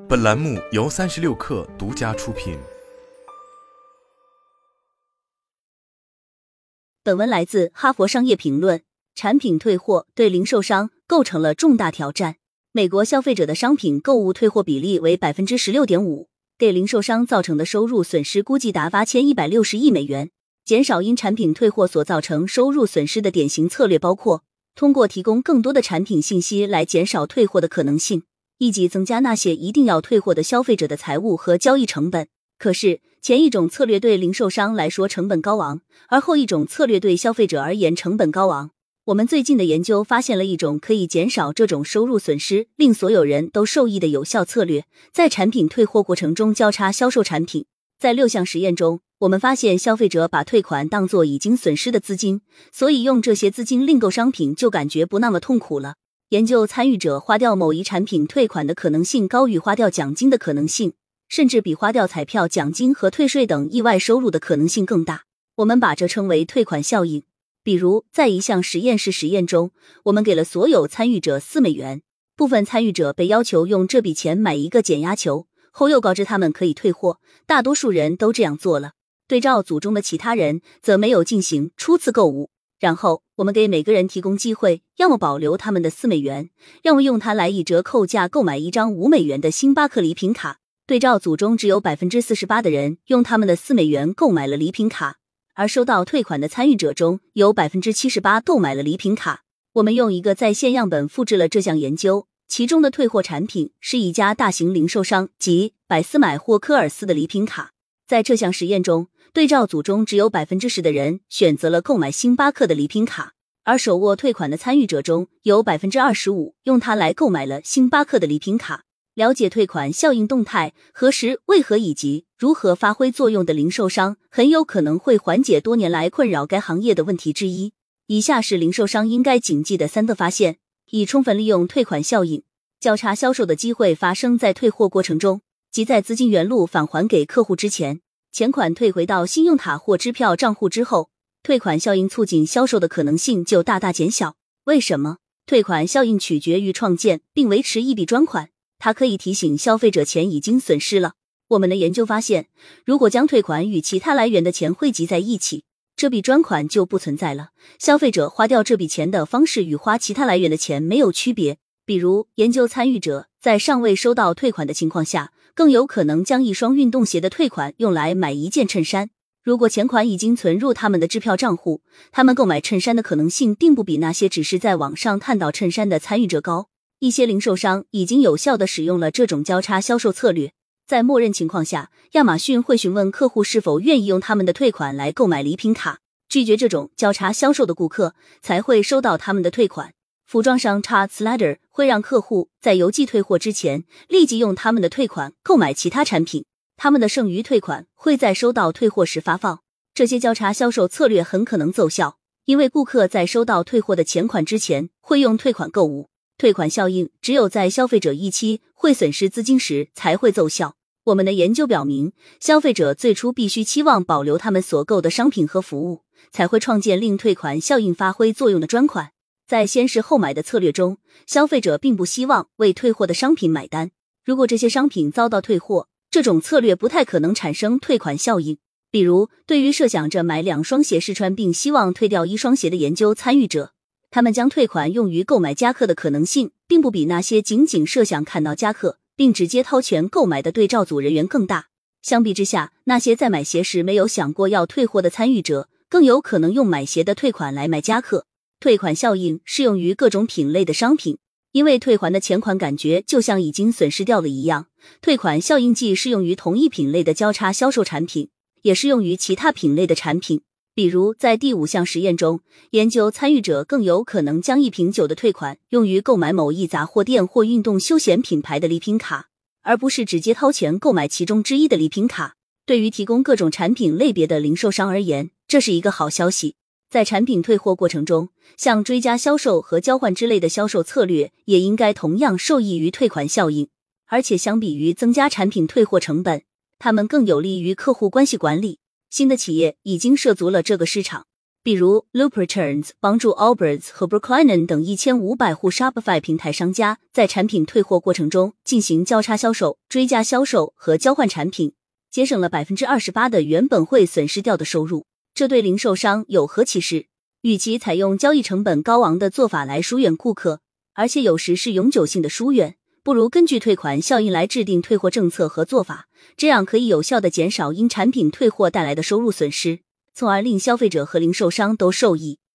本栏目由36氪独家出品。 本文来自哈佛商业评论。产品退货对零售商构成了重大挑战。美国消费者的商品购物退货比例为 16.5%， 给零售商造成的收入损失估计达8160亿美元。减少因产品退货所造成收入损失的典型策略包括通过提供更多的产品信息来减少退货的可能性，以及增加那些一定要退货的消费者的财务和交易成本。可是，前一种策略对零售商来说成本高昂，而后一种策略对消费者而言成本高昂。我们最近的研究发现了一种可以减少这种收入损失，令所有人都受益的有效策略，在产品退货过程中交叉销售产品。在6项实验中，我们发现消费者把退款当作已经损失的资金，所以用这些资金另购商品就感觉不那么痛苦了。研究参与者花掉某一产品退款的可能性高于花掉奖金的可能性，甚至比花掉彩票奖金和退税等意外收入的可能性更大。我们把这称为退款效应。比如，在一项实验室实验中，我们给了所有参与者4美元，部分参与者被要求用这笔钱买一个减压球，后又告知他们可以退货，大多数人都这样做了。对照组中的其他人则没有进行初次购物。然后，我们给每个人提供机会，要么保留他们的4美元，要么用它来以折扣价购买一张5美元的星巴克礼品卡。对照组中只有 48% 的人用他们的4美元购买了礼品卡，而收到退款的参与者中有 78% 购买了礼品卡。我们用一个在线样本复制了这项研究，其中的退货产品是一家大型零售商即百思买或科尔斯的礼品卡。在这项实验中，对照组中只有 10% 的人选择了购买星巴克的礼品卡，而手握退款的参与者中有 25% 用它来购买了星巴克的礼品卡。了解退款效应动态、何时、为何以及如何发挥作用的零售商很有可能会缓解多年来困扰该行业的问题之一。以下是零售商应该谨记的3个发现：以充分利用退款效应。交叉销售的机会发生在退货过程中，即在资金原路返还给客户之前。钱款退回到信用卡或支票账户之后，退款效应促进销售的可能性就大大减小。为什么？退款效应取决于创建并维持一笔专款，它可以提醒消费者钱已经损失了。我们的研究发现，如果将退款与其他来源的钱汇集在一起，这笔专款就不存在了。消费者花掉这笔钱的方式与花其他来源的钱没有区别。比如，研究参与者在尚未收到退款的情况下，更有可能将一双运动鞋的退款用来买一件衬衫。如果钱款已经存入他们的支票账户，他们购买衬衫的可能性并不比那些只是在网上看到衬衫的参与者高。一些零售商已经有效地使用了这种交叉销售策略。在默认情况下，亚马逊会询问客户是否愿意用他们的退款来购买礼品卡，拒绝这种交叉销售的顾客才会收到他们的退款。服装商 Slider 会让客户在邮寄退货之前立即用他们的退款购买其他产品，他们的剩余退款会在收到退货时发放。这些交叉销售策略很可能奏效，因为顾客在收到退货的钱款之前会用退款购物。退款效应只有在消费者预期会损失资金时才会奏效。我们的研究表明，消费者最初必须期望保留他们所购的商品和服务，才会创建令退款效应发挥作用的专款。在先试后买的策略中，消费者并不希望为退货的商品买单。如果这些商品遭到退货，这种策略不太可能产生退款效应。比如，对于设想着买2双鞋试穿并希望退掉1双鞋的研究参与者，他们将退款用于购买夹克的可能性，并不比那些仅仅设想看到夹克并直接掏钱购买的对照组人员更大。相比之下，那些在买鞋时没有想过要退货的参与者，更有可能用买鞋的退款来买夹克。退款效应适用于各种品类的商品，因为退还的钱款感觉就像已经损失掉了一样。退款效应既适用于同一品类的交叉销售产品，也适用于其他品类的产品。比如，在第5项实验中，研究参与者更有可能将1瓶酒的退款用于购买某一杂货店或运动休闲品牌的礼品卡，而不是直接掏钱购买其中之一的礼品卡。对于提供各种产品类别的零售商而言，这是一个好消息。在产品退货过程中，像追加销售和交换之类的销售策略也应该同样受益于退款效应，而且相比于增加产品退货成本，它们更有利于客户关系管理。新的企业已经涉足了这个市场，比比如 Loop Returns 帮助 Allbirds 和 Brooklinen 等1500户 Shopify 平台商家在产品退货过程中进行交叉销售、追加销售和交换产品，节省了 28% 的原本会损失掉的收入。这对零售商有何启示？与其采用交易成本高昂的做法来疏远顾客，而且有时是永久性的疏远，不如根据退款效应来制定退货政策和做法，这样可以有效地减少因产品退货带来的收入损失，从而令消费者和零售商都受益。